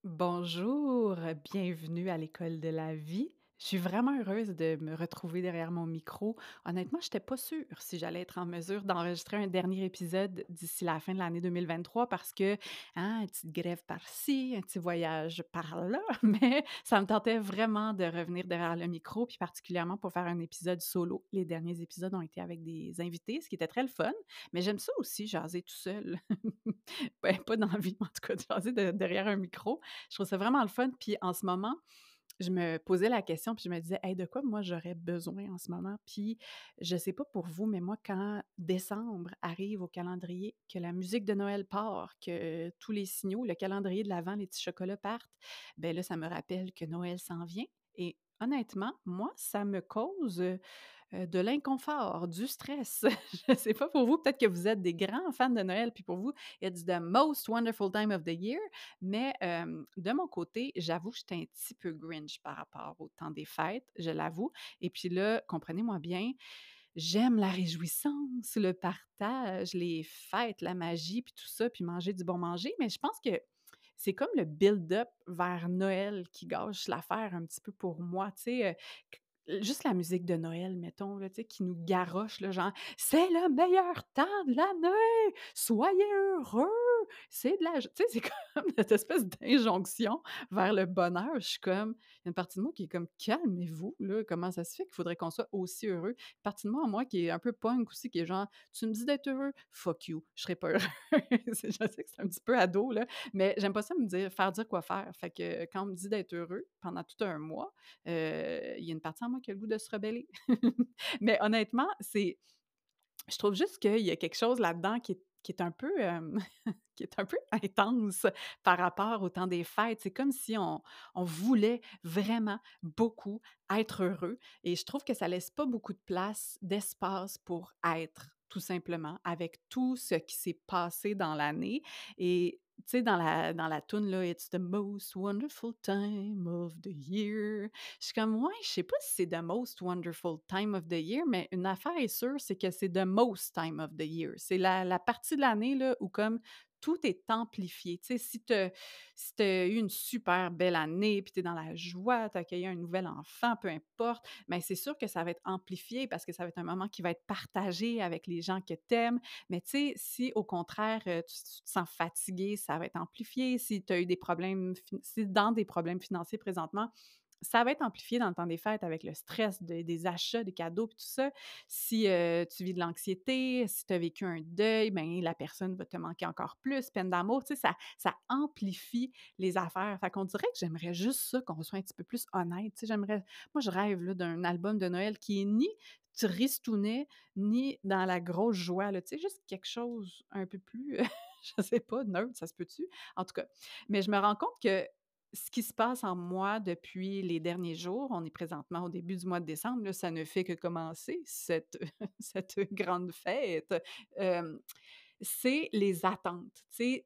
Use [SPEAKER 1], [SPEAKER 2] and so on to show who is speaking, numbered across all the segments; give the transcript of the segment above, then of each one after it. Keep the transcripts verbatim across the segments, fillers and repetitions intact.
[SPEAKER 1] Bonjour, bienvenue à l'école de la vie. Je suis vraiment heureuse de me retrouver derrière mon micro. Honnêtement, je n'étais pas sûre si j'allais être en mesure d'enregistrer un dernier épisode d'ici la fin de l'année deux mille vingt-trois parce que, hein, une petite grève par-ci, un petit voyage par-là, mais ça me tentait vraiment de revenir derrière le micro, puis particulièrement pour faire un épisode solo. Les derniers épisodes ont été avec des invités, ce qui était très le fun, mais j'aime ça aussi, jaser tout seul. Ben, pas dans la vie, mais en tout cas, de jaser de- derrière un micro. Je trouve ça vraiment le fun. Puis en ce moment, je me posais la question, puis je me disais: «Hey, de quoi moi j'aurais besoin en ce moment?» Puis je sais pas pour vous, mais moi, quand décembre arrive au calendrier, que la musique de Noël part, que tous les signaux, le calendrier de l'avent, les petits chocolats partent, ben là, ça me rappelle que Noël s'en vient et honnêtement, moi, ça me cause, heu heu, de l'inconfort, du stress. Je sais pas pour vous, peut-être que vous êtes des grands fans de Noël, puis pour vous, it's the most wonderful time of the year. Mais hem, de mon côté, j'avoue que j'étais un petit peu Grinch par rapport au temps des fêtes, je l'avoue. Et puis là, comprenez-moi bien, j'aime la réjouissance, le partage, les fêtes, la magie, puis tout ça, puis manger du bon manger. Mais je pense que c'est comme le build-up vers Noël qui gâche l'affaire un petit peu pour moi. Tu sais, euh, c- juste la musique de Noël, mettons, là, tu sais, qui nous garoche, là, genre, c'est le meilleur temps de l'année, soyez heureux, c'est de la. Jo- Tu sais, c'est comme cette espèce d'injonction vers le bonheur. Je suis comme, il y a une partie de moi qui est comme, calmez-vous, là, comment ça se fait qu'il faudrait qu'on soit aussi heureux? Partie de moi, moi, qui est un peu punk aussi, qui est genre: «Tu me dis d'être heureux? Fuck you, je serai pas heureux». C'est je sais que c'est un petit peu ado, là, mais j'aime pas ça me dire faire dire quoi faire. Fait que quand on me dit d'être heureux pendant tout un mois, heu, il y a une partie en moi qui a le goût de se rebeller. Mais honnêtement, c'est je trouve juste qu'il y a quelque chose là-dedans qui est qui est un peu, hem, qui est un peu intense par rapport au temps des fêtes. C'est comme si on on voulait vraiment beaucoup être heureux et je trouve que ça laisse pas beaucoup de place, d'espace pour être, tout simplement, avec tout ce qui s'est passé dans l'année et tu sais, dans la dans la tune là, «It's the most wonderful time of the year». Je suis comme: «Ouais, je sais pas si c'est the most wonderful time of the year», mais une affaire est sûre, c'est que c'est the most time of the year. C'est la la partie de l'année là où comme tout est amplifié. Tu sais, si tu si tu eu une super belle année, puis tu es dans la joie, tu as accueilli un nouvel enfant, peu importe, mais c'est sûr que ça va être amplifié parce que ça va être un moment qui va être partagé avec les gens que tu aimes. Mais tu sais, si au contraire, heu, tu tu te sens fatigué, ça va être amplifié. Si tu as eu des problèmes fin si dans des problèmes financiers présentement, ça va être amplifié dans le temps des fêtes avec le stress de des achats, des cadeaux puis tout ça. Si, heu, tu vis de l'anxiété, si tu as vécu un deuil, ben la personne va te manquer encore plus. Peine d'amour, tu sais, ça ça amplifie les affaires. Fait qu'on dirait que j'aimerais juste ça, qu'on soit un petit peu plus honnête, tu sais, j'aimerais moi je rêve là d'un album de Noël qui est ni tristounet, ni dans la grosse joie, là, tu sais, juste quelque chose un peu plus, je sais pas, neutre, ça se peut-tu? En tout cas, mais je me rends compte que ce qui se passe en moi depuis les derniers jours, on est présentement au début du mois de décembre, là, ça ne fait que commencer cette cette grande fête, hem, c'est les attentes. Tu sais,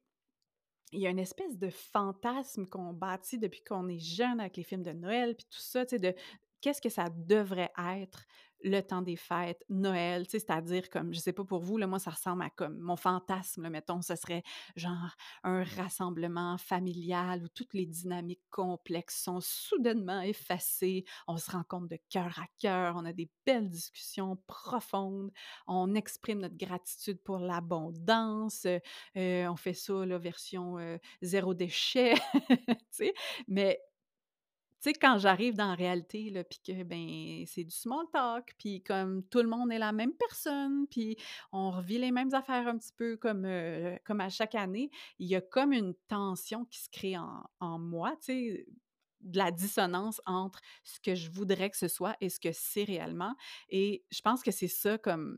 [SPEAKER 1] il y a une espèce de fantasme qu'on bâtit depuis qu'on est jeune avec les films de Noël puis tout ça, tu sais, de qu'est-ce que ça devrait être le temps des fêtes, Noël, tu sais, c'est-à-dire comme, je sais pas pour vous, là, moi, ça ressemble à comme mon fantasme, là, mettons, ce serait genre un rassemblement familial où toutes les dynamiques complexes sont soudainement effacées, on se rencontre de cœur à cœur, on a des belles discussions profondes, on exprime notre gratitude pour l'abondance, heu, on fait ça, là, version, heu, zéro déchet, tu sais? Mais tu sais, quand j'arrive dans la réalité, là, puis que, ben, c'est du small talk, puis comme tout le monde est la même personne, puis on revit les mêmes affaires un petit peu comme, heu, comme à chaque année, il y a comme une tension qui se crée en en moi, tu sais, de la dissonance entre ce que je voudrais que ce soit et ce que c'est réellement et je pense que c'est ça comme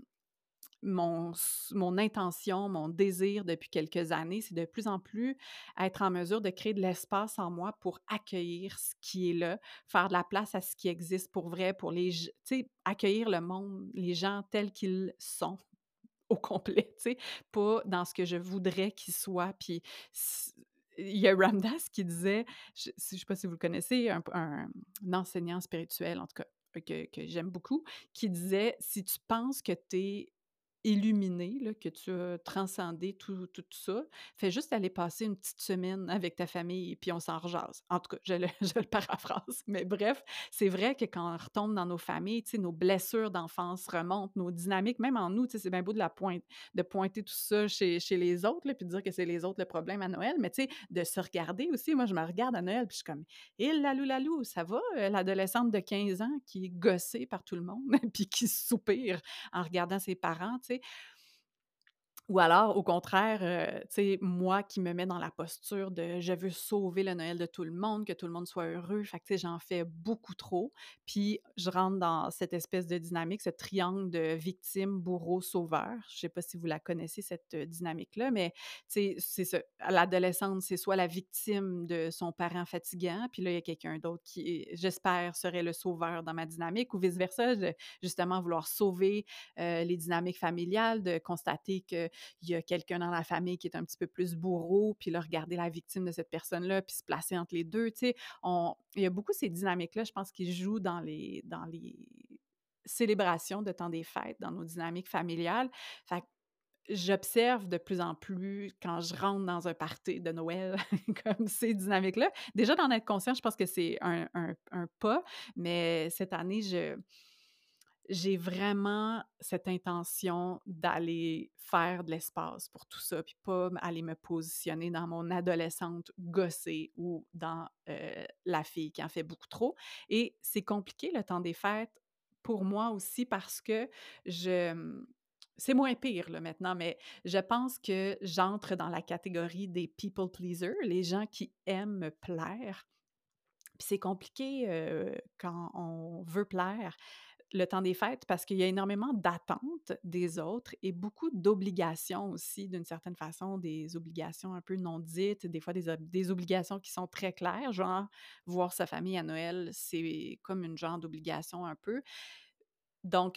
[SPEAKER 1] mon s mon intention, mon désir depuis quelques années, c'est de plus en plus être en mesure de créer de l'espace en moi pour accueillir ce qui est là, faire de la place à ce qui existe pour vrai, pour les j tu sais, accueillir le monde, les gens tels qu'ils sont au complet, tu sais, pas dans ce que je voudrais qu'ils soient. Puis s il y a Ramdas qui disait, je je sais pas si vous le connaissez, un un un enseignant spirituel en tout cas, que que j'aime beaucoup, qui disait: «Si tu penses que tu es illuminé, là, que tu as transcendé tout tout ça, fais juste aller passer une petite semaine avec ta famille, puis on s'en rejase. En tout cas, je le je le paraphrase, mais bref, c'est vrai que quand on retombe dans nos familles, tu sais, nos blessures d'enfance remontent, nos dynamiques, même en nous, tu sais, c'est bien beau de la pointe de pointer tout ça chez chez les autres, là, puis de dire que c'est les autres le problème à Noël, mais tu sais, de se regarder aussi. Moi, je me regarde à Noël, puis je suis comme: «Eh lalou lalou, ça va, heu, l'adolescente de quinze ans qui est gossée par tout le monde, puis qui soupire en regardant ses parents», tu sais? Ou alors, au contraire, heu, tu sais, moi qui me mets dans la posture de je veux sauver le Noël de tout le monde, que tout le monde soit heureux. Fait que, tu sais, j'en fais beaucoup trop. Puis je rentre dans cette espèce de dynamique, ce triangle de victime, bourreau, sauveur. Je sais pas si vous la connaissez, cette, heu, dynamique-là, mais tu sais, c'est ça. À l'adolescente, c'est soit la victime de son parent fatigant, puis là, il y a quelqu'un d'autre qui, j'espère, serait le sauveur dans ma dynamique ou vice-versa, de justement vouloir sauver, heu, les dynamiques familiales, de constater que il y a quelqu'un dans la famille qui est un petit peu plus bourreau, puis là, regarder la victime de cette personne-là, puis se placer entre les deux, tu sais? On il y a beaucoup ces dynamiques-là, je pense, qui jouent dans les dans les célébrations de temps des fêtes, dans nos dynamiques familiales. Fait que j'observe de plus en plus quand je rentre dans un party de Noël comme ces dynamiques-là. Déjà, d'en être conscient, je pense que c'est un un un pas, mais cette année, je j'ai vraiment cette intention d'aller faire de l'espace pour tout ça, puis pas m aller me positionner dans mon adolescente gossée ou dans, heu, la fille qui en fait beaucoup trop. Et c'est compliqué le temps des fêtes pour moi aussi parce que je, mmh c'est moins pire là maintenant, mais je pense que j'entre dans la catégorie des people pleasers, les gens qui aiment me plaire. Puis c'est compliqué, heu, quand on veut plaire le temps des fêtes parce qu'il y a énormément d'attentes des autres et beaucoup d'obligations aussi d'une certaine façon, des obligations un peu non dites, des fois des ob des obligations qui sont très claires, genre voir sa famille à Noël, c'est comme une genre d'obligation un peu. Donc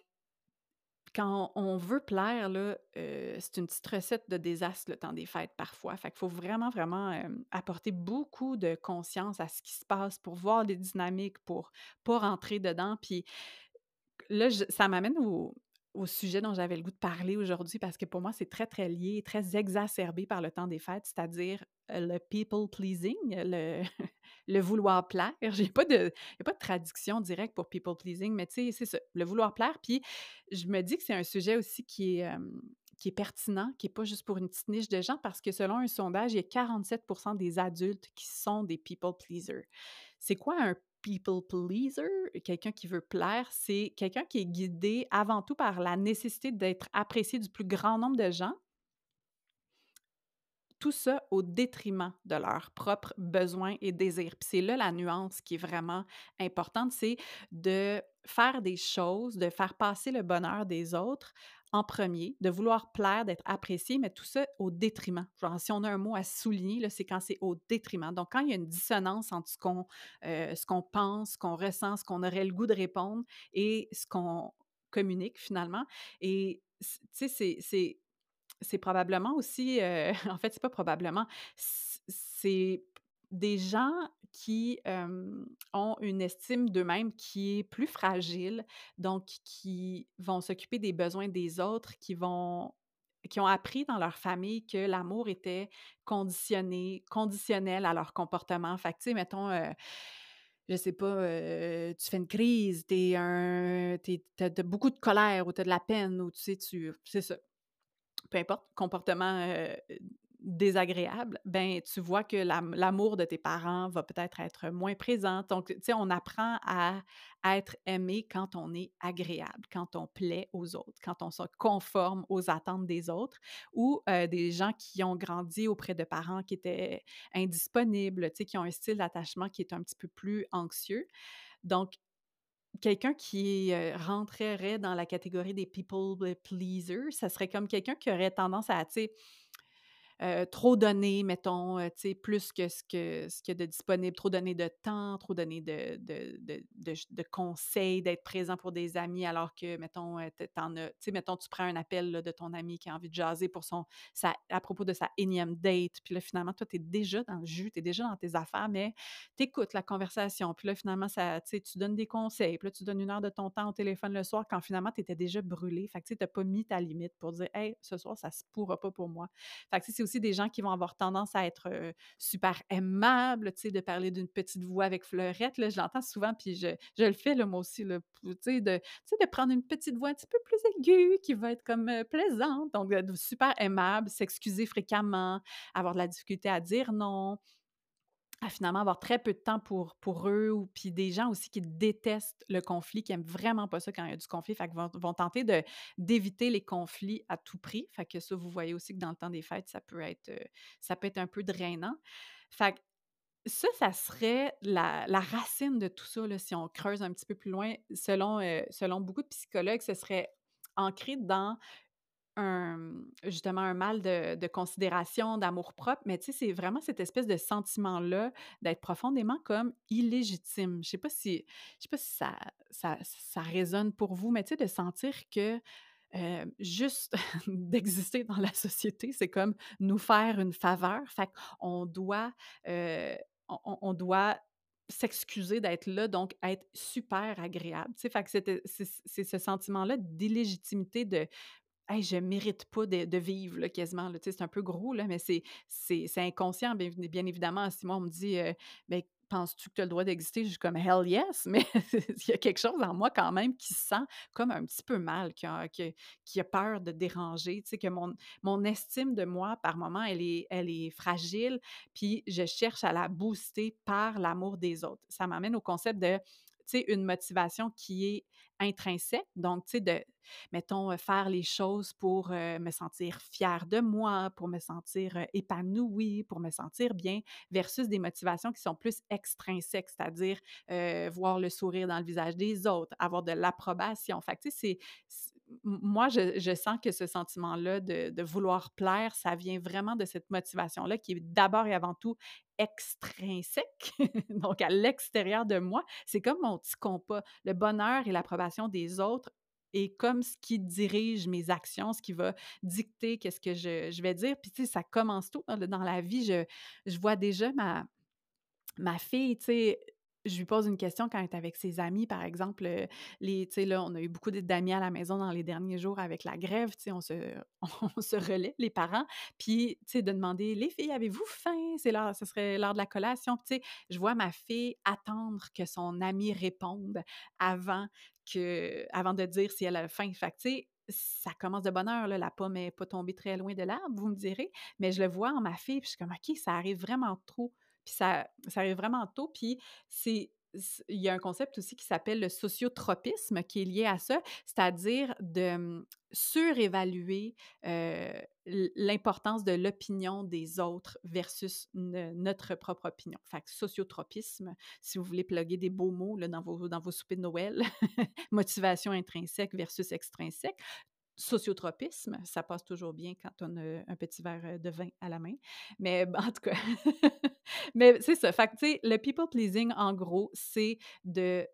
[SPEAKER 1] quand on veut plaire là, heu, c'est une petite recette de désastre le temps des fêtes parfois. Fait qu'il faut vraiment, vraiment, hem, apporter beaucoup de conscience à ce qui se passe pour voir les dynamiques, pour pas rentrer dedans. Puis là, je ça m'amène au au sujet dont j'avais le goût de parler aujourd'hui parce que pour moi, c'est très, très lié, très exacerbé par le temps des fêtes, c'est-à-dire, heu, le people pleasing, le le vouloir plaire. J'ai pas de il y a pas de traduction directe pour people pleasing, mais tu sais, c'est ça, le vouloir plaire. Puis je me dis que c'est un sujet aussi qui est, hem, qui est pertinent, qui est pas juste pour une petite niche de gens parce que selon un sondage, il y a quarante-sept des adultes qui sont des people pleasers. C'est quoi un people pleaser? Quelqu'un qui veut plaire, c'est quelqu'un qui est guidé avant tout par la nécessité d'être apprécié du plus grand nombre de gens, tout ça au détriment de leurs propres besoins et désirs. Puis c'est là la nuance qui est vraiment importante, c'est de faire des choses, de faire passer le bonheur des autres en premier, de vouloir plaire, d'être apprécié, mais tout ça au détriment. Genre, si on a un mot à souligner, là, c'est quand c'est au détriment. Donc, quand il y a une dissonance entre ce qu'on euh, ce qu'on pense, ce qu'on ressent, ce qu'on aurait le goût de répondre et ce qu'on communique finalement. Et c- tu sais, c'est c'est c'est probablement aussi, heu, en fait, c'est pas probablement, c c'est des gens qui, hem, ont une estime d'eux-mêmes qui est plus fragile, donc qui vont s'occuper des besoins des autres, qui vont qui ont appris dans leur famille que l'amour était conditionné conditionnel à leur comportement. Fait que, tu sais, mettons, heu, je sais pas, heu, tu fais une crise, tu es un tu es tu as beaucoup de colère ou tu as de la peine ou tu sais, tu c'est ça, peu importe, comportement, heu, désagréable, ben, tu vois que l'am l'amour de tes parents va peut-être être moins présent. Donc, tu sais, on apprend à à être aimé quand on est agréable, quand on plaît aux autres, quand on se conforme aux attentes des autres ou, heu, des gens qui ont grandi auprès de parents qui étaient indisponibles, tu sais, qui ont un style d'attachement qui est un petit peu plus anxieux. Donc quelqu'un qui, heu, rentrerait dans la catégorie des people pleasers, ça serait comme quelqu'un qui aurait tendance à, tu sais, heu, trop donner, mettons, heu, tu sais, plus que ce que ce qu'il y a de disponible, trop donner de temps, trop donner de de de de ch de conseils, d'être présent pour des amis alors que, mettons, heu, tu tu en as tu sais, mettons, tu prends un appel, là, de ton ami qui a envie de jaser pour son sa à propos de sa énième date, puis là, finalement, toi, tu es déjà dans le jus, tu es déjà dans tes affaires, mais tu écoutes la conversation, puis là, finalement, ça tu sais, tu donnes des conseils, puis là, tu donnes une heure de ton temps au téléphone le soir quand finalement, tu étais déjà brûlé. Fait que, tu sais, tu as pas mis ta limite pour dire: «Hey, ce soir, ça se pourra pas pour moi». Fait que, tu sais, c'est aussi des gens qui vont avoir tendance à être, heu, super aimables, tu sais, de parler d'une petite voix avec fleurette, là, je l'entends souvent, puis je je le fais, là, moi aussi, là, pou tu sais, de tu sais, de prendre une petite voix un petit peu plus aiguë qui va être comme, heu, plaisante, donc heu, super aimable, s'excuser fréquemment, avoir de la difficulté à dire non, à finalement avoir très peu de temps pour pour eux ou puis des gens aussi qui détestent le conflit, qui aiment vraiment pas ça quand il y a du conflit, fait qu'ils vont vont tenter de d'éviter les conflits à tout prix. Fait que ça, vous voyez aussi que dans le temps des fêtes, ça peut être, heu, ça peut être un peu drainant. Fait que ça, ça serait la la racine de tout ça, là, si on creuse un petit peu plus loin. Selon, heu, selon beaucoup de psychologues, ce serait ancré dans un, mmh, justement un mal de de considération, d'amour-propre, mais tu sais, c'est vraiment cette espèce de sentiment-là d'être profondément comme illégitime. Je sais pas si je sais pas si ça ça ça résonne pour vous, mais tu sais, de sentir que, heu, juste d'exister dans la société, c'est comme nous faire une faveur. Fait qu'on doit, heu, on on on doit s'excuser d'être là, donc être super agréable, tu sais? Fait que c'était c'est c'est ce sentiment-là d'illégitimité de hey, je mérite pas de de vivre là, quasiment là, tu sais, c'est un peu gros là, mais c'est c'est c'est inconscient bien bien évidemment. Si moi on me dit, heu: «Beh, penses-tu que tu as le droit d'exister?» Je suis comme: «Hell yes!» Mais il y a quelque chose en moi quand même qui se sent comme un petit peu mal, qui a qui qui a peur de déranger, tu sais, que mon mon estime de moi par moment, elle est elle est fragile, puis je cherche à la booster par l'amour des autres. Ça m'amène au concept de, tu sais, une motivation qui est intrinsèque, donc tu sais, de mettons, heu, faire les choses pour, heu, me sentir fière de moi, pour me sentir, heu, épanouie, pour me sentir bien, versus des motivations qui sont plus extrinsèques, c'est-à-dire, heu, voir le sourire dans le visage des autres, avoir de l'approbation. Fait que tu sais, c'est c m moi, je je sens que ce sentiment-là de de vouloir plaire, ça vient vraiment de cette motivation-là qui est d'abord et avant tout extrinsèque, donc à l'extérieur de moi. C'est comme mon petit compas. Le bonheur et l'approbation des autres et comme ce qui dirige mes actions, ce qui va dicter qu'est-ce que je je vais dire. Puis tu sais, ça commence tôt dans le dans la vie. Je je vois déjà ma ma fille, tu sais, je lui pose une question quand elle est avec ses amis, par exemple, heu, les tu sais, là, on a eu beaucoup d d'amis à la maison dans les derniers jours avec la grève, tu sais, on se on se relaie, les parents, puis, tu sais, de demander: «Les filles, avez-vous faim? C'est l'heure ce serait l'heure de la collation». Puis, tu sais, je vois ma fille attendre que son amie réponde avant que avant de dire si elle a faim. Fait que, tu sais, ça commence de bonne heure, là, la pomme est pas tombée très loin de l'arbre, vous me direz, mais je le vois en ma fille, puis je suis comme: «OK, ça arrive vraiment trop». Puis ça ça arrive vraiment tôt, puis c'est c il y a un concept aussi qui s'appelle le sociotropisme qui est lié à ça, c'est-à-dire de, mmh, surévaluer, heu, l l'importance de l'opinion des autres versus ne notre propre opinion. Fait que sociotropisme, si vous voulez plugger des beaux mots là dans vos dans vos soupers de Noël, motivation intrinsèque versus extrinsèque. Sociotropisme, ça passe toujours bien quand on a un petit verre, heu, de vin à la main. Mais b en tout cas, mais c'est ça. Fait que, tu sais, le people pleasing, en gros, c'est de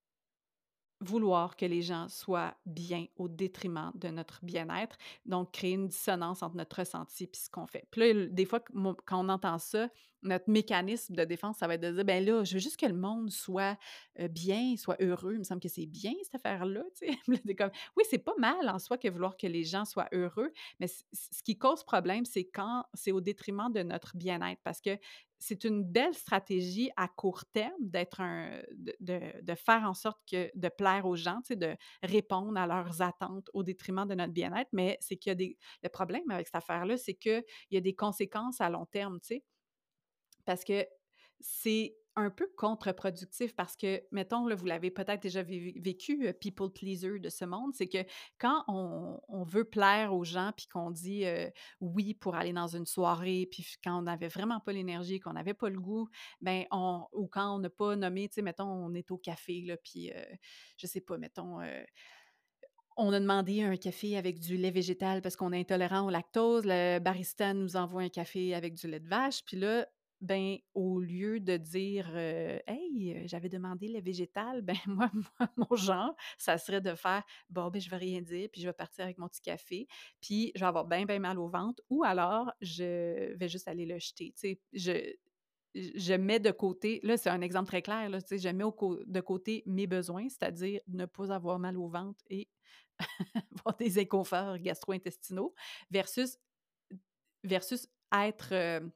[SPEAKER 1] vouloir que les gens soient bien au détriment de notre bien-être, donc créer une dissonance entre notre ressenti puis ce qu'on fait. Puis là, l des fois, q moi, quand on entend ça, notre mécanisme de défense, ça va être de dire: «Ben là, je veux juste que le monde soit, heu, bien, soit heureux. Il me semble que c'est bien cette affaire-là», tu sais? Puis là, tu comme: «Oui, c'est pas mal en soi que vouloir que les gens soient heureux, mais c c ce qui cause problème, c'est quand c'est au détriment de notre bien-être». Parce que c'est une belle stratégie à court terme d'être un de de de faire en sorte que de plaire aux gens, tu sais, de répondre à leurs attentes au détriment de notre bien-être, mais c'est qu'il y a des le problème avec cette affaire-là, c'est qu'il y a des conséquences à long terme, tu sais? Parce que c'est un peu contre-productif parce que, mettons, là, vous l'avez peut-être déjà vé vécu, heu, people pleaser de ce monde, c'est que quand on on veut plaire aux gens puis qu'on dit, heu, oui pour aller dans une soirée, puis f quand on n'avait vraiment pas l'énergie, qu'on n'avait pas le goût, ben on ou quand on n'a pas nommé, tu sais, mettons, on est au café, là, puis, heu, je sais pas, mettons, heu On a demandé un café avec du lait végétal parce qu'on est intolérant au lactose. Le barista nous envoie un café avec du lait de vache. Puis là, ben, au lieu de dire euh, Hey, euh, j'avais demandé lait végétal, ben moi, moi, mon genre, ça serait de faire bon, ben, je vais rien dire, puis je vais partir avec mon petit café, puis je vais avoir bien, bien mal au ventre, ou alors je vais juste aller le jeter. Tu sais, je, je mets de côté, là, c'est un exemple très clair, là, tu sais, je mets au co- de côté mes besoins, c'est-à-dire ne pas avoir mal au ventre et avoir des inconforts gastro-intestinaux versus versus être, heu,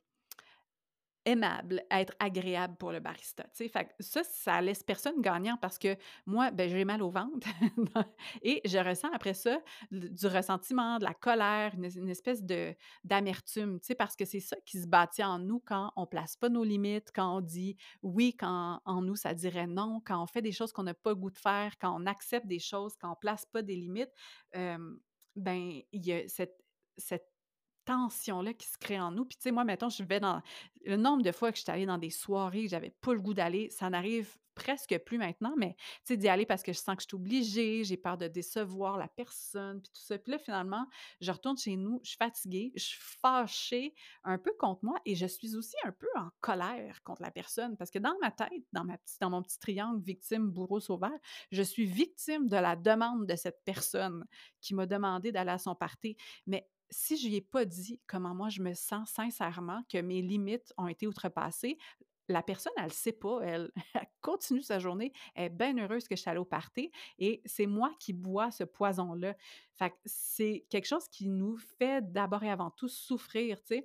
[SPEAKER 1] aimable, être agréable pour le barista, tu sais? Fait que ça, ça laisse personne gagnant parce que moi, ben, j'ai mal au ventre et je ressens après ça d du ressentiment, de la colère, une une espèce de d'amertume, tu sais? Parce que c'est ça qui se bâtit en nous quand on place pas nos limites, quand on dit oui, quand en nous ça dirait non, quand on fait des choses qu'on n'a pas le goût de faire, quand on accepte des choses, quand on place pas des limites, hem, ben, il y a cette cette tension-là qui se crée en nous. Puis, tu sais, moi, mettons, je vais dans le nombre de fois que je suis allée dans des soirées que j'avais pas le goût d'aller, ça n'arrive presque plus maintenant, mais tu sais, d'y aller parce que je sens que je suis obligée, j'ai peur de décevoir la personne, puis tout ça. Puis là, finalement, je retourne chez nous, je suis fatiguée, je suis fâchée un peu contre moi et je suis aussi un peu en colère contre la personne parce que dans ma tête, dans ma petite, dans mon petit triangle victime, bourreau, sauveur, je suis victime de la demande de cette personne qui m'a demandé d'aller à son party. Mais si je lui ai pas dit comment moi je me sens sincèrement, que mes limites ont été outrepassées, la personne, elle le sait pas, elle. Elle continue sa journée, elle est bien heureuse que je suis allée au party et c'est moi qui bois ce poison-là. Fait que c'est quelque chose qui nous fait d'abord et avant tout souffrir, tu sais?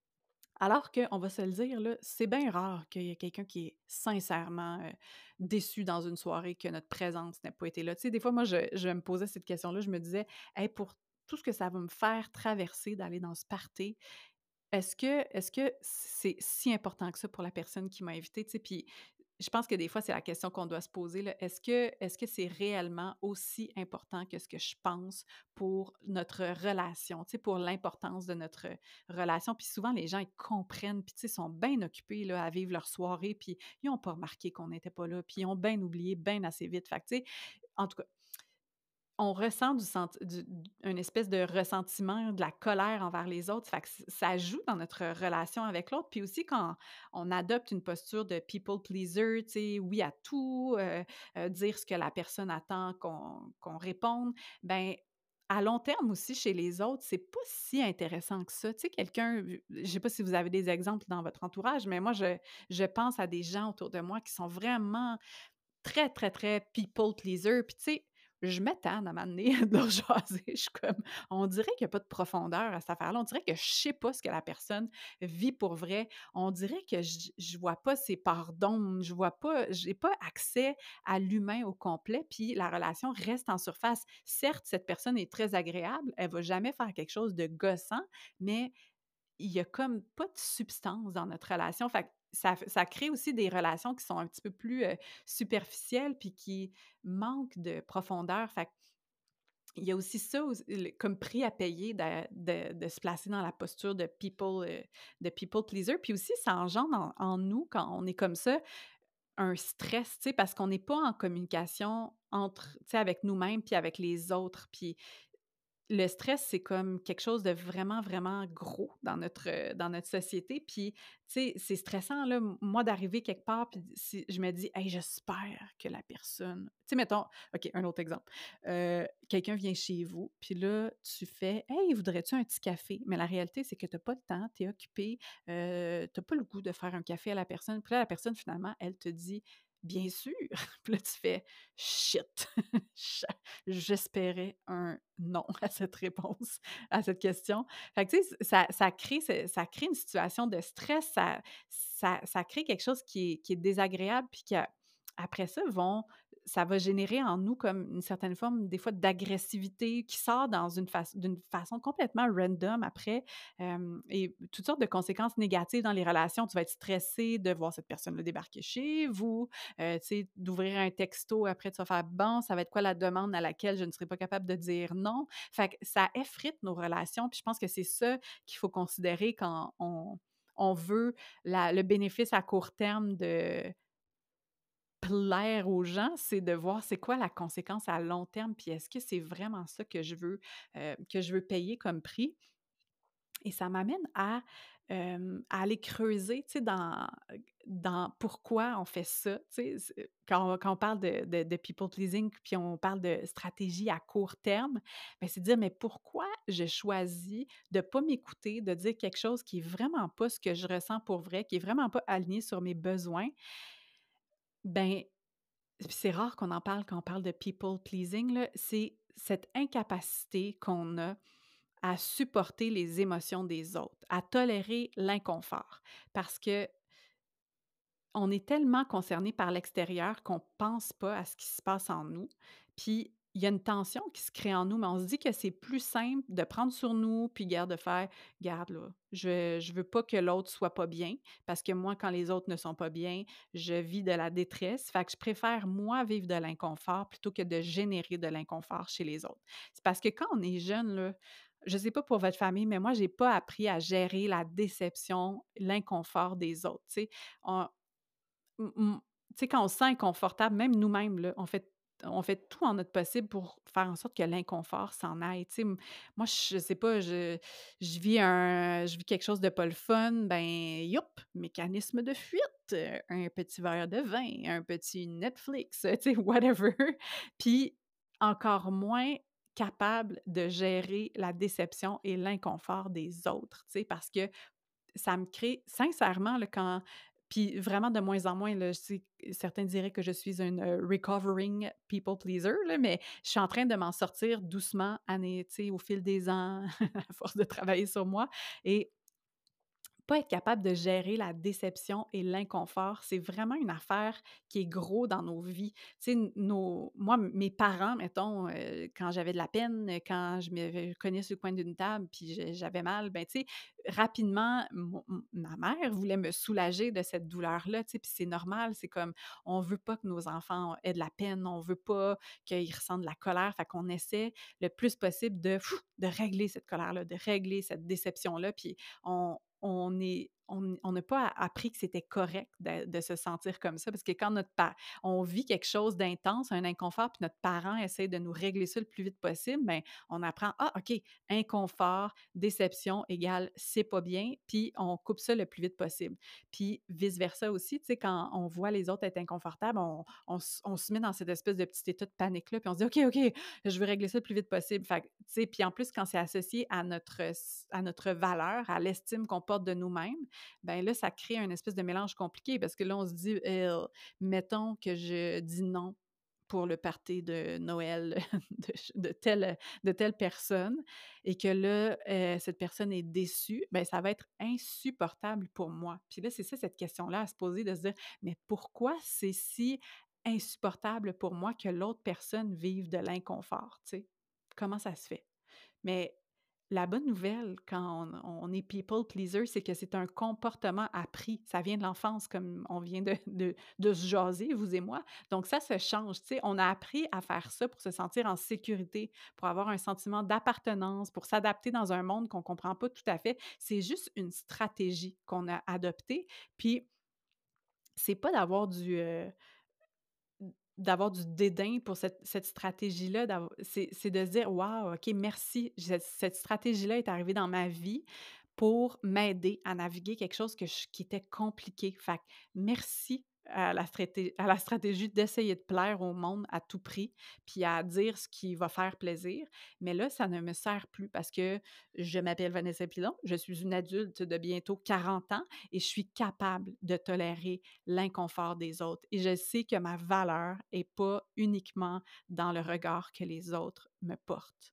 [SPEAKER 1] Alors qu'on va se le dire, là, c'est bien rare qu'il y ait quelqu'un qui est sincèrement, heu, déçu dans une soirée que notre présence n'ait pas été là. Tu sais, des fois, moi, je je me posais cette question-là, je me disais: «Hey, pour tout ce que ça va me faire traverser d'aller dans ce party, est-ce que est-ce que c'est si important que ça pour la personne qui m'a invitée?» Tu sais, puis je pense que des fois, c'est la question qu'on doit se poser, là. Est-ce que est-ce que c'est réellement aussi important que ce que je pense pour notre relation, tu sais, pour l'importance de notre relation? Puis souvent, les gens, ils comprennent, puis tu sais, sont bien occupés, là, à vivre leur soirée, puis ils ont pas remarqué qu'on n'était pas là, puis ils ont bien oublié bien assez vite. Fait que, tu sais, en tout cas, on ressent du senti du d une espèce de ressentiment, de la colère envers les autres, fait que ç ça joue dans notre relation avec l'autre. Puis aussi quand on adopte une posture de people pleaser, tu sais, oui à tout, heu heu, dire ce que la personne attend qu'on qu'on réponde, ben, à long terme aussi chez les autres, c'est pas si intéressant que ça. Tu sais, quelqu'un, v je sais pas si vous avez des exemples dans votre entourage, mais moi je je pense à des gens autour de moi qui sont vraiment très, très, très people pleaser. Puis tu sais, je m'étonne à un moment donné de leur jaser. Je suis comme, on dirait qu'il y a pas de profondeur à cette affaire-là. On dirait que je sais pas ce que la personne vit pour vrai. On dirait que je je vois pas ses parts d'ombre. Je vois pas j'ai pas accès à l'humain au complet, puis la relation reste en surface. Certes, cette personne est très agréable, elle va jamais faire quelque chose de gossant, mais il y a comme pas de substance dans notre relation. Fait que ça f ça crée aussi des relations qui sont un petit peu plus, heu, superficielles puis qui manquent de profondeur. Fait qu'il y a aussi ça auss le comme prix à payer de de de se placer dans la posture de people, heu, de people pleaser. Puis aussi, ça engendre en en nous, quand on est comme ça, un stress, tu sais, parce qu'on n'est pas en communication entre tu sais, avec nous-mêmes puis avec les autres. Puis le stress, c'est comme quelque chose de vraiment, vraiment gros dans notre, heu, dans notre société. Puis, tu sais, c'est stressant, là, m moi, d'arriver quelque part, puis d si je me dis: «Hey, j'espère que la personne» tu sais, mettons OK, un autre exemple. Heu, quelqu'un vient chez vous, puis là, tu fais: «Hey, voudrais-tu un petit café?» Mais la réalité, c'est que tu as pas le temps, tu es occupé, heu, tu as pas le goût de faire un café à la personne. Puis là, la personne, finalement, elle te dit: «Bien sûr!» Puis là, tu fais: «Shit!» J'espérais un non à cette réponse, à cette question. Fait que tu sais, ça ça crée ce ça crée une situation de stress, ça ça ça crée quelque chose qui est qui est désagréable puis qui a après ça vont ça va générer en nous comme une certaine forme, des fois, d'agressivité qui sort dans une faç d'une façon complètement random après, hem et toutes sortes de conséquences négatives dans les relations. Tu vas être stressé de voir cette personne-là débarquer chez vous, Heu, tu sais, d'ouvrir un texto, après tu vas faire: «Bon, ça va être quoi la demande à laquelle je ne serai pas capable de dire non?» Fait que ça effrite nos relations, puis je pense que c'est ça qu'il faut considérer quand on on veut la le bénéfice à court terme de plaire aux gens, c'est de voir c'est quoi la conséquence à long terme, puis est-ce que c'est vraiment ça que je veux, heu, que je veux payer comme prix? Et ça m'amène à, hem, à aller creuser, tu sais, dans dans pourquoi on fait ça, tu sais? C'est quand on quand on parle de de de people pleasing, puis on parle de stratégie à court terme, ben, c'est de dire: «Mais pourquoi je choisis de pas m'écouter, de dire quelque chose qui est vraiment pas ce que je ressens pour vrai, qui est vraiment pas aligné sur mes besoins?» Ben, puis c'est rare qu'on en parle quand on parle de people pleasing, là, c'est cette incapacité qu'on a à supporter les émotions des autres, à tolérer l'inconfort. Parce que on est tellement concerné par l'extérieur qu'on pense pas à ce qui se passe en nous. Puis il y a une tension qui se crée en nous, mais on se dit que c'est plus simple de prendre sur nous, puis garde de faire, garde là, je je veux pas que l'autre soit pas bien, parce que moi, quand les autres ne sont pas bien, je vis de la détresse. Fait que je préfère moi vivre de l'inconfort plutôt que de générer de l'inconfort chez les autres. C'est parce que quand on est jeune là, je sais pas pour votre famille, mais moi, j'ai pas appris à gérer la déception, l'inconfort des autres. Tu sais, on Mmh mh. Tu sais, quand on se sent inconfortable, même nous-mêmes, là, on fait on fait tout en notre possible pour faire en sorte que l'inconfort s'en aille. Tu sais, m moi, je sais pas, je je vis un je vis quelque chose de pas le fun, ben, youp, mécanisme de fuite, heu, un petit verre de vin, un petit Netflix, heu, tu sais, whatever. Puis encore moins capable de gérer la déception et l'inconfort des autres, tu sais, parce que ça me crée sincèrement là, quand puis vraiment de moins en moins là, je sais certains diraient que je suis une, heu, recovering people pleaser là, mais je suis en train de m'en sortir doucement, année tu sais, au fil des ans, à force de travailler sur moi et pas être capable de gérer la déception et l'inconfort, c'est vraiment une affaire qui est gros dans nos vies. Tu sais, n nos moi, m mes parents, mettons, heu, quand j'avais de la peine, heu, quand je me cognais sur le coin d'une table puis je j'avais mal, ben, tu sais, rapidement, mon m ma mère voulait me soulager de cette douleur-là, tu sais, puis c'est normal, c'est comme on veut pas que nos enfants aient de la peine, on veut pas qu'ils ressentent de la colère, fait qu'on essaie le plus possible de pfff, de régler cette colère-là, de régler cette déception-là, puis on on est on on n'a pas appris que c'était correct de de se sentir comme ça parce que quand notre pa on vit quelque chose d'intense, un inconfort, puis notre parent essaie de nous régler ça le plus vite possible, ben, on apprend: «Ah OK, inconfort, déception égale c'est pas bien», puis on coupe ça le plus vite possible. Puis vice versa aussi, tu sais, quand on voit les autres être inconfortables, on on s on se met dans cette espèce de petit état de panique-là, puis on se dit: «OK, OK, je veux régler ça le plus vite possible». Fait que, tu sais, puis en plus, quand c'est associé à notre s à notre valeur, à l'estime qu'on porte de nous-mêmes, ben là, ça crée un espèce de mélange compliqué parce que là, on se dit: «Heu, mettons que je dis non pour le party de Noël de ch de telle, de telle personne et que là, heu, cette personne est déçue», ben ça va être insupportable pour moi. Puis là, c'est ça cette question-là à se poser, de se dire: «Mais pourquoi c'est si insupportable pour moi que l'autre personne vive de l'inconfort?» Tu sais? Comment ça se fait? Mais la bonne nouvelle quand on on est people pleaser, c'est que c'est un comportement appris. Ça vient de l'enfance, comme on vient de de de se jaser, vous et moi. Donc ça se change, tu sais. On a appris à faire ça pour se sentir en sécurité, pour avoir un sentiment d'appartenance, pour s'adapter dans un monde qu'on comprend pas tout à fait. C'est juste une stratégie qu'on a adoptée. Puis c'est pas d'avoir du, heu d'avoir du dédain pour cette cette stratégie-là, d'av c'est c'est de se dire: «Waouh, OK, merci, cette cette stratégie-là est arrivée dans ma vie pour m'aider à naviguer quelque chose que je qui était compliqué». Fait que merci à la straté à la stratégie d'essayer de plaire au monde à tout prix, puis à dire ce qui va faire plaisir. Mais là, ça ne me sert plus parce que je m'appelle Vanessa Pilon, je suis une adulte de bientôt quarante ans et je suis capable de tolérer l'inconfort des autres. Et je sais que ma valeur est pas uniquement dans le regard que les autres me portent.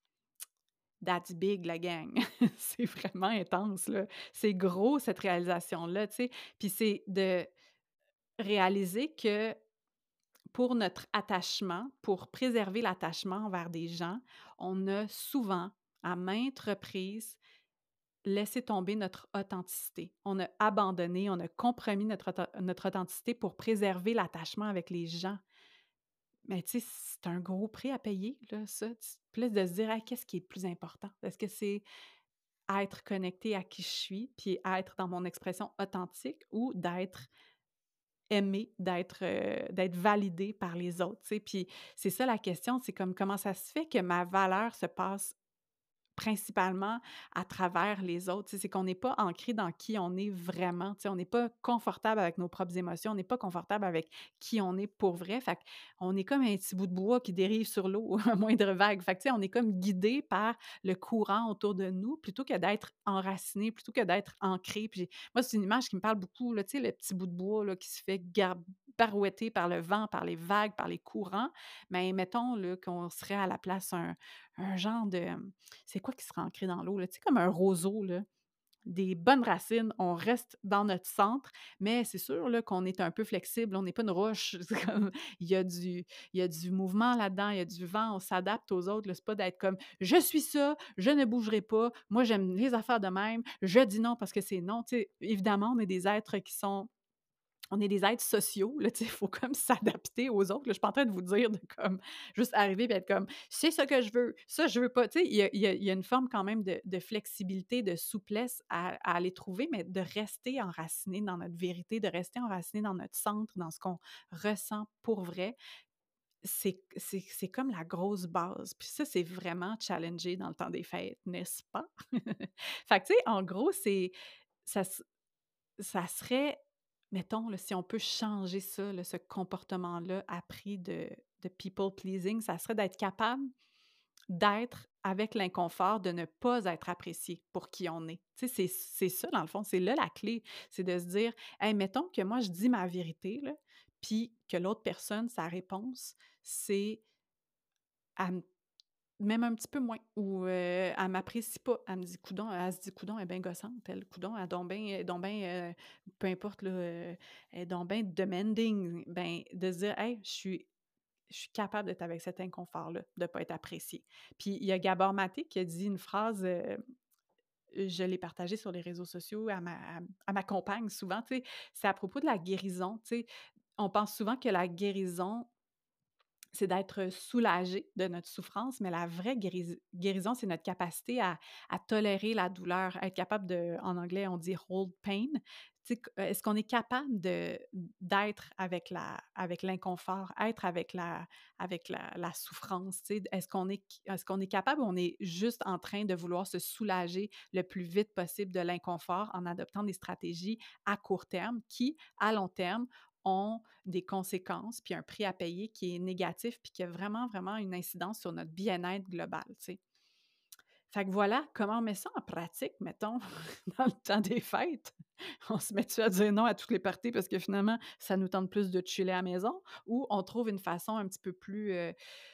[SPEAKER 1] That's big, la gang. C'est vraiment intense, là. C'est gros, cette réalisation-là, tu sais. Puis c'est de réaliser que pour notre attachement, pour préserver l'attachement envers des gens, on a souvent, à maintes reprises, laissé tomber notre authenticité. On a abandonné, on a compromis notre auth notre authenticité pour préserver l'attachement avec les gens. Mais tu sais, c'est un gros prix à payer, là, ça. Tu puis là, de se dire: «Hey, qu'est-ce qui est le plus important? Est-ce que c'est être connecté à qui je suis, puis être dans mon expression authentique ou d'être aimé, d'être, heu, d'être validé par les autres, tu sais? Puis c'est ça la question, c'est comme comment ça se fait que ma valeur se passe principalement à travers les autres, tu sais, c'est qu'on n'est pas ancré dans qui on est vraiment, tu sais, on n'est pas confortable avec nos propres émotions, on n'est pas confortable avec qui on est pour vrai, fait qu'on est comme un petit bout de bois qui dérive sur l'eau à moindre vague, fait que, tu sais, on est comme guidé par le courant autour de nous plutôt que d'être enraciné, plutôt que d'être ancré, puis moi, c'est une image qui me parle beaucoup, là, tu sais, le petit bout de bois, là, qui se fait gar barouetter par le vent, par les vagues, par les courants, mais mettons, là, qu'on serait à la place un un genre de c'est quoi qui sera ancré dans l'eau, là? Tu sais, comme un roseau, là, des bonnes racines, on reste dans notre centre, mais c'est sûr, là, qu'on est un peu flexible, on n'est pas une roche. C'est comme il y a du il y a du mouvement là-dedans, il y a du vent, on s'adapte aux autres, là. C'est pas d'être comme: «Je suis ça, je ne bougerai pas, moi j'aime les affaires de même, je dis non parce que c'est non». Tu sais, évidemment, on est des êtres qui sont on est des êtres sociaux, là, tu sais, il faut comme s'adapter aux autres, là. Je suis pas en train de vous dire de comme juste arriver et être comme: «C'est ça que je veux, ça je veux pas». Tu sais, il y a il y a il y a une forme quand même de de flexibilité, de souplesse à à aller trouver, mais de rester enraciné dans notre vérité, de rester enraciné dans notre centre, dans ce qu'on ressent pour vrai. C'est c'est c'est comme la grosse base. Puis ça, c'est vraiment challengé dans le temps des fêtes, n'est-ce pas? Fait que, tu sais, en gros, c'est ça ça serait, mettons, là, si on peut changer ça, là, ce comportement-là appris de de people pleasing, ça serait d'être capable d'être avec l'inconfort de ne pas être apprécié pour qui on est. Tu sais, c'est c'est ça dans le fond, c'est là la clé, c'est de se dire: «Hey, mettons que moi je dis ma vérité là, puis que l'autre personne, sa réponse, c'est elle même un petit peu moins ou, heu, elle m'apprécie pas. Elle me dit: «Coudon», elle se dit: «Coudon, elle est bien gossante elle, coudon, elle est donc bien elle est donc bien, heu», peu importe là, heu, «elle est donc bien demanding». Ben, de se dire: «Hey, je suis je suis capable d'être avec cet inconfort-là, de pas être appréciée». Puis il y a Gabor Maté qui a dit une phrase, heu, je l'ai partagée sur les réseaux sociaux, elle m'a elle m'accompagne souvent, tu sais, c'est à propos de la guérison, tu sais. On pense souvent que la guérison c'est d'être soulagé de notre souffrance, mais la vraie guéris guérison, c'est notre capacité à à tolérer la douleur, à être capable de en anglais, on dit «hold pain». Tu sais, q est-ce qu'on est capable de d'être avec la avec l'inconfort, être avec la avec la la souffrance, tu sais? Est-ce qu'on est est-ce qu'on est capable ou on est juste en train de vouloir se soulager le plus vite possible de l'inconfort en adoptant des stratégies à court terme qui, à long terme, ont des conséquences, puis un prix à payer qui est négatif, puis qui a vraiment, vraiment une incidence sur notre bien-être global, tu sais. Fait que voilà, comment on met ça en pratique, mettons, dans le temps des fêtes? On se met-tu à dire non à toutes les parties parce que finalement, ça nous tente plus de chiller à la maison ou on trouve une façon un petit peu plus, heu,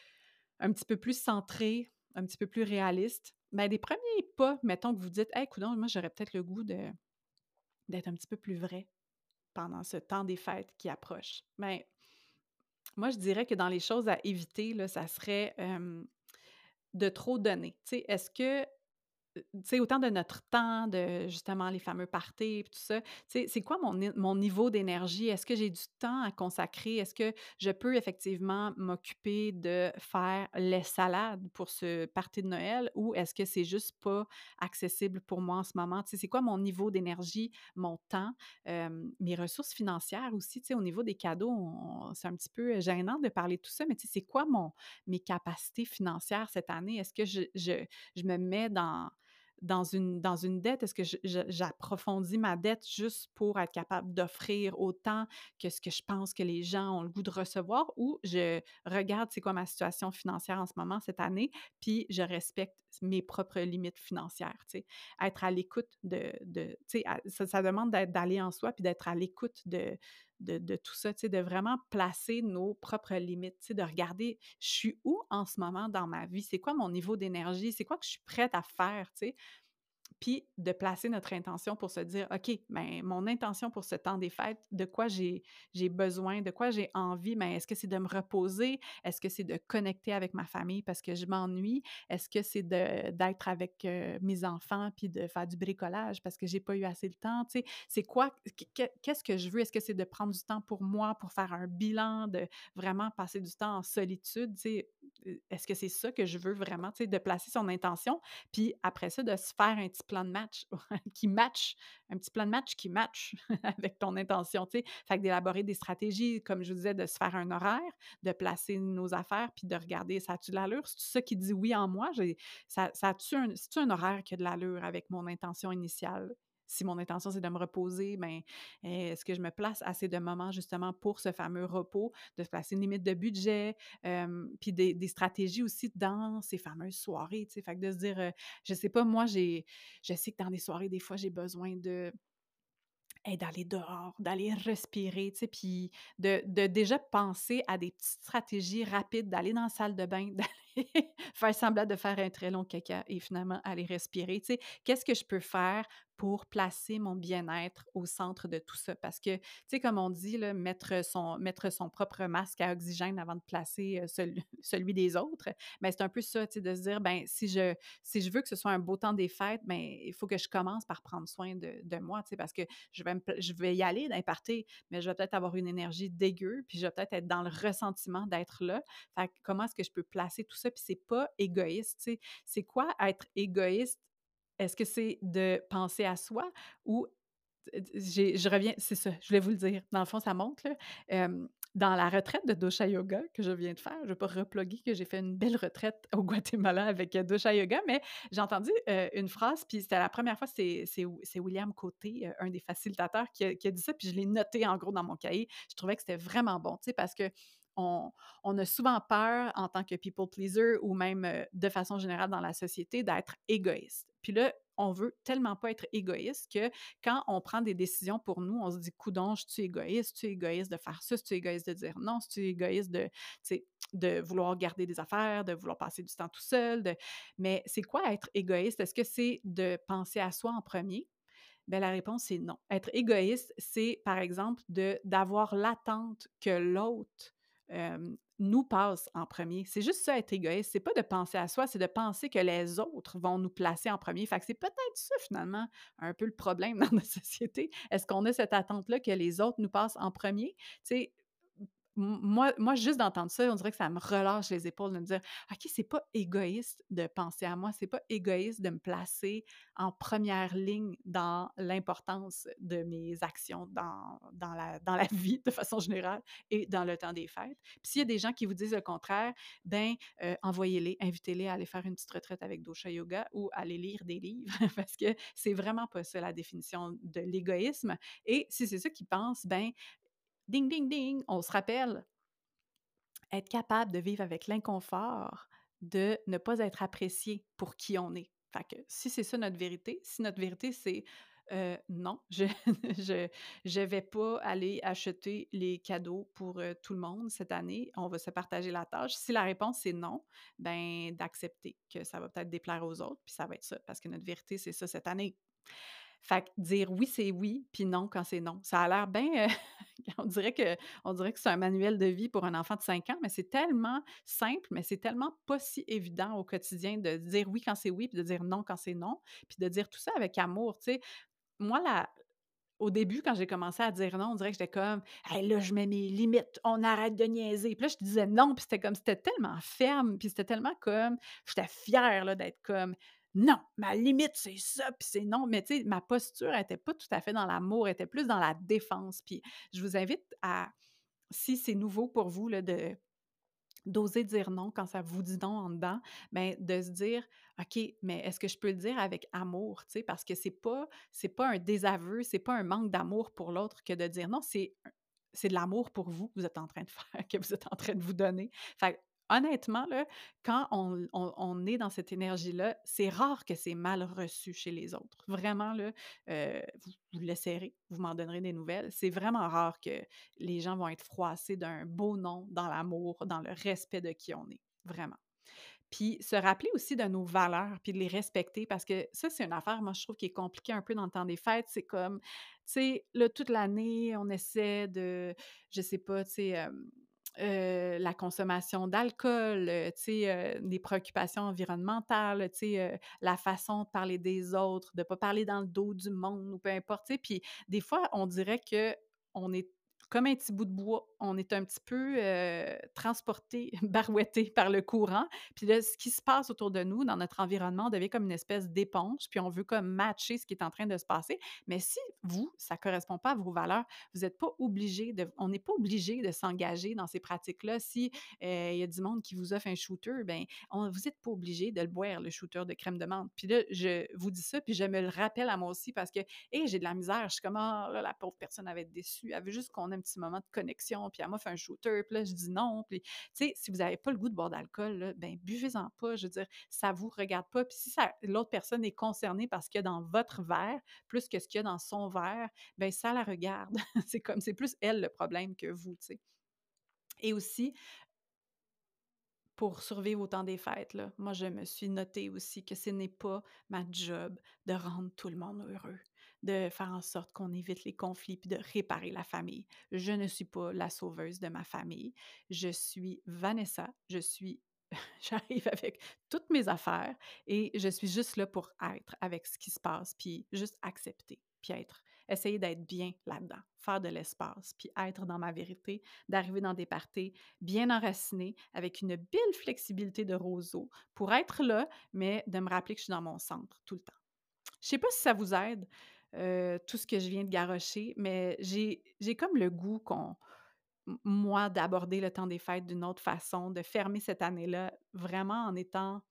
[SPEAKER 1] un petit peu plus centrée, un petit peu plus réaliste? Ben, des premiers pas, mettons que vous dites: «Hey, coudonc, moi, j'aurais peut-être le goût de d'être un petit peu plus vrai pendant ce temps des fêtes qui approche». Ben, moi, je dirais que dans les choses à éviter, là, ça serait, hem, de trop donner. Tu sais, est-ce que Heu, tu sais, autant de notre temps, de justement les fameux parties puis tout ça, tu sais, c'est quoi mon ni mon niveau d'énergie? Est-ce que j'ai du temps à consacrer? Est-ce que je peux effectivement m'occuper de faire les salades pour ce party de Noël ou est-ce que c'est juste pas accessible pour moi en ce moment? Tu sais, c'est quoi mon niveau d'énergie, mon temps, hem, mes ressources financières aussi, tu sais, au niveau des cadeaux, on c'est un petit peu gênant de parler de tout ça, mais tu sais, c'est quoi mon mes capacités financières cette année? Est-ce que je je je me mets dans dans une dans une dette? Est-ce que je je j'approfondis ma dette juste pour être capable d'offrir autant que ce que je pense que les gens ont le goût de recevoir? Ou je regarde c'est quoi ma situation financière en ce moment, cette année, puis je respecte mes propres limites financières, tu sais? Être à l'écoute de de tu sais, à ça ça demande d'être d'aller en soi puis d'être à l'écoute de de de tout ça, tu sais, de vraiment placer nos propres limites, tu sais, de regarder: «Je suis où en ce moment dans ma vie? C'est quoi mon niveau d'énergie? C'est quoi que je suis prête à faire?» Tu sais? Puis de placer notre intention pour se dire: «OK, ben, mon intention pour ce temps des fêtes, de quoi j'ai j'ai besoin, de quoi j'ai envie, mais est-ce que c'est de me reposer? Est-ce que c'est de connecter avec ma famille parce que je m'ennuie? Est-ce que c'est de d'être avec, heu, mes enfants puis de faire du bricolage parce que j'ai pas eu assez de temps?» Tu sais, c'est quoi qu qu'est-ce que je veux? Est-ce que c'est de prendre du temps pour moi, pour faire un bilan, de vraiment passer du temps en solitude? Tu sais, Heu, est-ce que c'est ça que je veux vraiment? Tu sais, de placer son intention, puis après ça, de se faire un petit plan de match qui match, un petit plan de match qui match avec ton intention, tu sais? Fait que d'élaborer des stratégies, comme je vous disais, de se faire un horaire, de placer nos affaires, puis de regarder ça a-tu de l'allure? C'est-tu ça qui dit oui en moi? J'ai ça ça a-tu un c'est-tu un horaire qui a de l'allure avec mon intention initiale? Si mon intention, c'est de me reposer, ben, est-ce que je me place assez de moments justement pour ce fameux repos, de se placer une limite de budget, hem, puis des des stratégies aussi dans ces fameuses soirées, tu sais? Fait que de se dire, heu, je sais pas, moi, j'ai je sais que dans des soirées, des fois, j'ai besoin de et d'aller dehors, d'aller respirer, tu sais, puis de de déjà penser à des petites stratégies rapides, d'aller dans la salle de bain, d'aller faire semblant de faire un très long caca et finalement aller respirer, tu sais. Qu'est-ce que je peux faire pour placer mon bien-être au centre de tout ça? Parce que, tu sais, comme on dit, là, mettre son mettre son propre masque à oxygène avant de placer, heu, celui celui des autres, mais c'est un peu ça, tu sais, de se dire, ben, si je si je veux que ce soit un beau temps des fêtes, ben, il faut que je commence par prendre soin de de moi, tu sais, parce que je vais me pla je vais y aller dans les parties, mais je vais peut-être avoir une énergie dégueu, puis je vais peut-être être dans le ressentiment d'être là. Fait que comment est-ce que je peux placer tout ça? Puis c'est pas égoïste, tu sais. C'est quoi être égoïste? Est-ce que c'est de penser à soi ou j'ai je reviens c'est ça, je voulais vous le dire. Dans le fond, ça monte là, hem, dans la retraite de Dosha Yoga que je viens de faire, je vais pas reploguer que j'ai fait une belle retraite au Guatemala avec, heu, Dosha Yoga, mais j'ai entendu, heu, une phrase, puis c'était la première fois, c'est c'est c'est William Côté, heu, un des facilitateurs qui a qui a dit ça, puis je l'ai noté en gros dans mon cahier. Je trouvais que c'était vraiment bon, tu sais, parce que on on a souvent peur en tant que people pleaser ou même, heu, de façon générale dans la société d'être égoïste. Puis là, on veut tellement pas être égoïste que quand on prend des décisions pour nous, on se dit: «Coudon, je suis égoïste? Je suis égoïste de faire ça? Je suis égoïste de dire non? Je suis égoïste de, tu sais, de vouloir garder des affaires, de vouloir passer du temps tout seul?» de mais c'est quoi être égoïste? Est-ce que c'est de penser à soi en premier? Ben la réponse, c'est non. Être égoïste, c'est, par exemple, de d'avoir l'attente que l'autre, hem, nous passe en premier. C'est juste ça, être égoïste. C'est pas de penser à soi, c'est de penser que les autres vont nous placer en premier. Fait que c'est peut-être ça, finalement, un peu le problème dans notre société. Est-ce qu'on a cette attente-là que les autres nous passent en premier? Tu sais, M moi moi, juste d'entendre ça, on dirait que ça me relâche les épaules de me dire: «OK, c'est pas égoïste de penser à moi, c'est pas égoïste de me placer en première ligne dans l'importance de mes actions dans dans la dans la vie de façon générale et dans le temps des fêtes». Puis s'il y a des gens qui vous disent le contraire, ben, heu, envoyez-les, invitez-les à aller faire une petite retraite avec Dosha Yoga ou aller lire des livres parce que c'est vraiment pas ça la définition de l'égoïsme et si c'est ça qu'ils pensent, ben, ding, ding, ding, on se rappelle, être capable de vivre avec l'inconfort de ne pas être apprécié pour qui on est. Fait que si c'est ça notre vérité, si notre vérité c'est, heu, non, je je je vais pas aller acheter les cadeaux pour, heu, tout le monde cette année, on va se partager la tâche. Si la réponse c'est non, ben d'accepter que ça va peut-être déplaire aux autres, puis ça va être ça, parce que notre vérité c'est ça cette année. Fait que dire oui, c'est oui, puis non quand c'est non. Ça a l'air bien, heu, on dirait que on dirait que c'est un manuel de vie pour un enfant de cinq ans, mais c'est tellement simple, mais c'est tellement pas si évident au quotidien de dire oui quand c'est oui, puis de dire non quand c'est non, puis de dire tout ça avec amour, tu sais? Moi, la au début, quand j'ai commencé à dire non, on dirait que j'étais comme: «Hey, là, je mets mes limites, on arrête de niaiser». Puis là, je disais non, puis c'était comme c'était tellement ferme, puis c'était tellement comme j'étais fière, là, d'être comme: «Non, ma limite, c'est ça, puis c'est non». Mais tu sais, ma posture était pas tout à fait dans l'amour, elle était plus dans la défense. Puis je vous invite à si c'est nouveau pour vous, là, de d'oser dire non quand ça vous dit non en dedans, ben de se dire: «OK, mais est-ce que je peux le dire avec amour?» Tu sais, parce que c'est pas c'est pas un désaveu, c'est pas un manque d'amour pour l'autre que de dire non, c'est c'est de l'amour pour vous que vous êtes en train de faire, que vous êtes en train de vous donner. Fait que, honnêtement, là, quand on on on est dans cette énergie-là, c'est rare que c'est mal reçu chez les autres. Vraiment, là, heu, vous vous l'essayerez, vous m'en donnerez des nouvelles. C'est vraiment rare que les gens vont être froissés d'un beau non dans l'amour, dans le respect de qui on est, vraiment. Puis se rappeler aussi de nos valeurs, puis de les respecter parce que ça, c'est une affaire, moi, je trouve qui est compliquée un peu dans le temps des fêtes. C'est comme, tu sais, là, toute l'année, on essaie de, je sais pas, tu sais, hem, heu, la consommation d'alcool, heu, tu sais, heu, des préoccupations environnementales, tu sais, heu, la façon de parler des autres, de pas parler dans le dos du monde ou peu importe, tu sais. Puis des fois, on dirait qu'on est comme un petit bout de bois. On est un petit peu, heu, transportés, barouettés par le courant. Puis là, ce qui se passe autour de nous, dans notre environnement, on devient comme une espèce d'éponge, puis on veut comme matcher ce qui est en train de se passer. Mais si vous, ça correspond pas à vos valeurs, vous n'êtes pas obligé de on n'est pas obligé de s'engager dans ces pratiques-là. Si, heu, il y a du monde qui vous offre un shooter, ben, on vous êtes pas obligé de le boire, le shooter de crème de menthe. Puis là, je vous dis ça, puis je me le rappelle à moi aussi parce que, hé, j'ai de la misère. Je suis comme: «Ah là, la pauvre personne, elle va être déçue. Elle veut juste qu'on ait un petit moment de connexion, puis elle m'a fait un shooter». Puis là, je dis: «Non». Puis, tu sais, si vous n'avez pas le goût de boire d'alcool, là, ben buvez-en pas. Je veux dire, ça vous regarde pas. Puis si ça l'autre personne est concernée par ce qu'il y a dans votre verre, plus que ce qu'il y a dans son verre, ben ça la regarde. C'est comme c'est plus elle le problème que vous, tu sais. Et aussi, pour survivre au temps des fêtes, là, moi, je me suis notée aussi que ce n'est pas ma job de rendre tout le monde heureux, de faire en sorte qu'on évite les conflits puis de réparer la famille. Je ne suis pas la sauveuse de ma famille. Je suis Vanessa. Je suis J'arrive avec toutes mes affaires et je suis juste là pour être avec ce qui se passe, puis juste accepter, puis être essayer d'être bien là-dedans, faire de l'espace, puis être dans ma vérité, d'arriver dans des parties bien enracinées, avec une belle flexibilité de roseau pour être là, mais de me rappeler que je suis dans mon centre tout le temps. Je sais pas si ça vous aide, heu, tout ce que je viens de garrocher, mais j'ai j'ai comme le goût qu'on m moi, d'aborder le temps des fêtes d'une autre façon, de fermer cette année-là vraiment en étant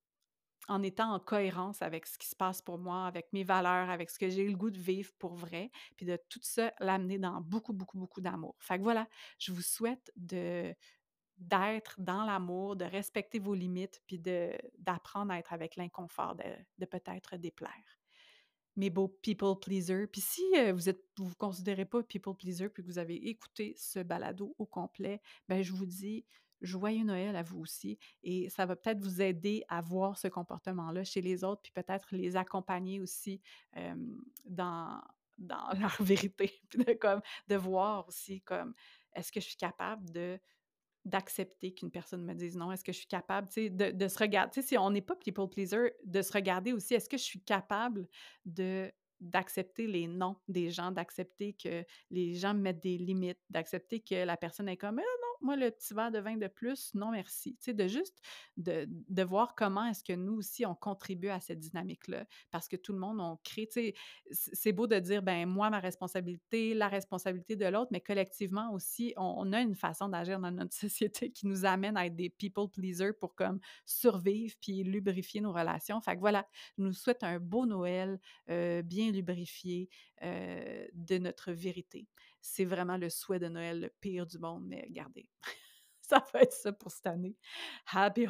[SPEAKER 1] en étant en cohérence avec ce qui se passe pour moi, avec mes valeurs, avec ce que j'ai le goût de vivre pour vrai, puis de tout ça l'amener dans beaucoup, beaucoup, beaucoup d'amour. Fait que voilà, je vous souhaite de d'être dans l'amour, de respecter vos limites, puis de d'apprendre à être avec l'inconfort de de peut-être déplaire. Mes beaux people pleasers. Puis si, heu, vous êtes vous vous considérez pas people pleaser, puis que vous avez écouté ce balado au complet, ben je vous dis joyeux Noël à vous aussi et ça va peut-être vous aider à voir ce comportement-là chez les autres, puis peut-être les accompagner aussi, hem, dans dans leur vérité, puis de comme de voir aussi comme est-ce que je suis capable de d'accepter qu'une personne me dise non? Est-ce que je suis capable, tu sais, de de se regarder, tu sais, si on n'est pas people pleaser, de se regarder aussi, est-ce que je suis capable de d'accepter les non des gens, d'accepter que les gens me mettent des limites, d'accepter que la personne est comme: «Ah non, moi le petit verre de vin de plus, non merci». Tu sais, de juste de de voir comment est-ce que nous aussi on contribue à cette dynamique-là. Parce que tout le monde, on crée, tu sais, c c'est beau de dire, ben moi, ma responsabilité, la responsabilité de l'autre, mais collectivement aussi, on on a une façon d'agir dans notre société qui nous amène à être des people pleasers pour comme survivre puis lubrifier nos relations. Fait que voilà, je nous souhaite un beau Noël, heu, bien lubrifié, heu, de notre vérité. C'est vraiment le souhait de Noël le pire du monde, mais regardez, ça va être ça pour cette année. Happy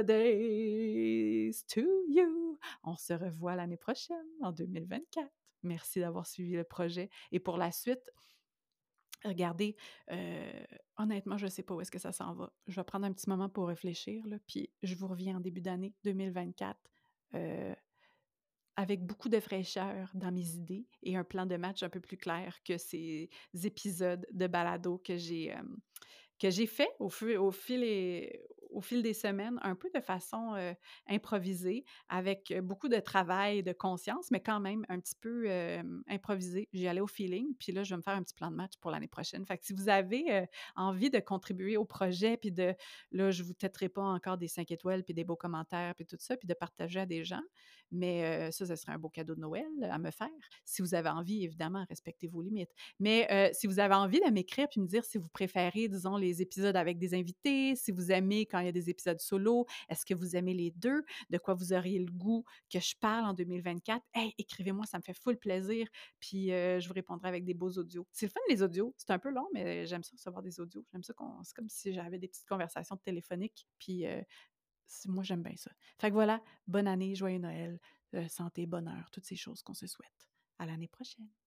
[SPEAKER 1] holidays to you! On se revoit l'année prochaine, en deux mille vingt-quatre. Merci d'avoir suivi le projet et pour la suite, regardez, heu, honnêtement, je ne sais pas où est-ce que ça s'en va. Je vais prendre un petit moment pour réfléchir, là, puis je vous reviens en début d'année deux mille vingt-quatre, heu, avec beaucoup de fraîcheur dans mes idées et un plan de match un peu plus clair que ces épisodes de balado que j'ai, hem que j'ai fait au fu au fil et au fil des semaines, un peu de façon, heu, improvisée, avec, heu, beaucoup de travail, de conscience, mais quand même un petit peu, hem, improvisé. J'y allais au feeling, puis là, je vais me faire un petit plan de match pour l'année prochaine. Fait que si vous avez, heu, envie de contribuer au projet, puis de là, je vous têterai pas encore des cinq étoiles, puis des beaux commentaires, puis tout ça, puis de partager à des gens, mais heu, ça, ce serait un beau cadeau de Noël à me faire. Si vous avez envie, évidemment, respectez vos limites. Mais heu, si vous avez envie de m'écrire puis me dire si vous préférez, disons, les épisodes avec des invités, si vous aimez quand il y a des épisodes solo, est-ce que vous aimez les deux, de quoi vous auriez le goût que je parle en deux mille vingt-quatre, hey, écrivez-moi, ça me fait full plaisir, puis heu, je vous répondrai avec des beaux audios. C'est le fun les audios, c'est un peu long, mais j'aime ça recevoir des audios. J'aime ça qu'on c'est comme si j'avais des petites conversations téléphoniques, puis heu, c moi j'aime bien ça. Fait que voilà, bonne année, joyeux Noël, heu, santé, bonheur, toutes ces choses qu'on se souhaite. À l'année prochaine.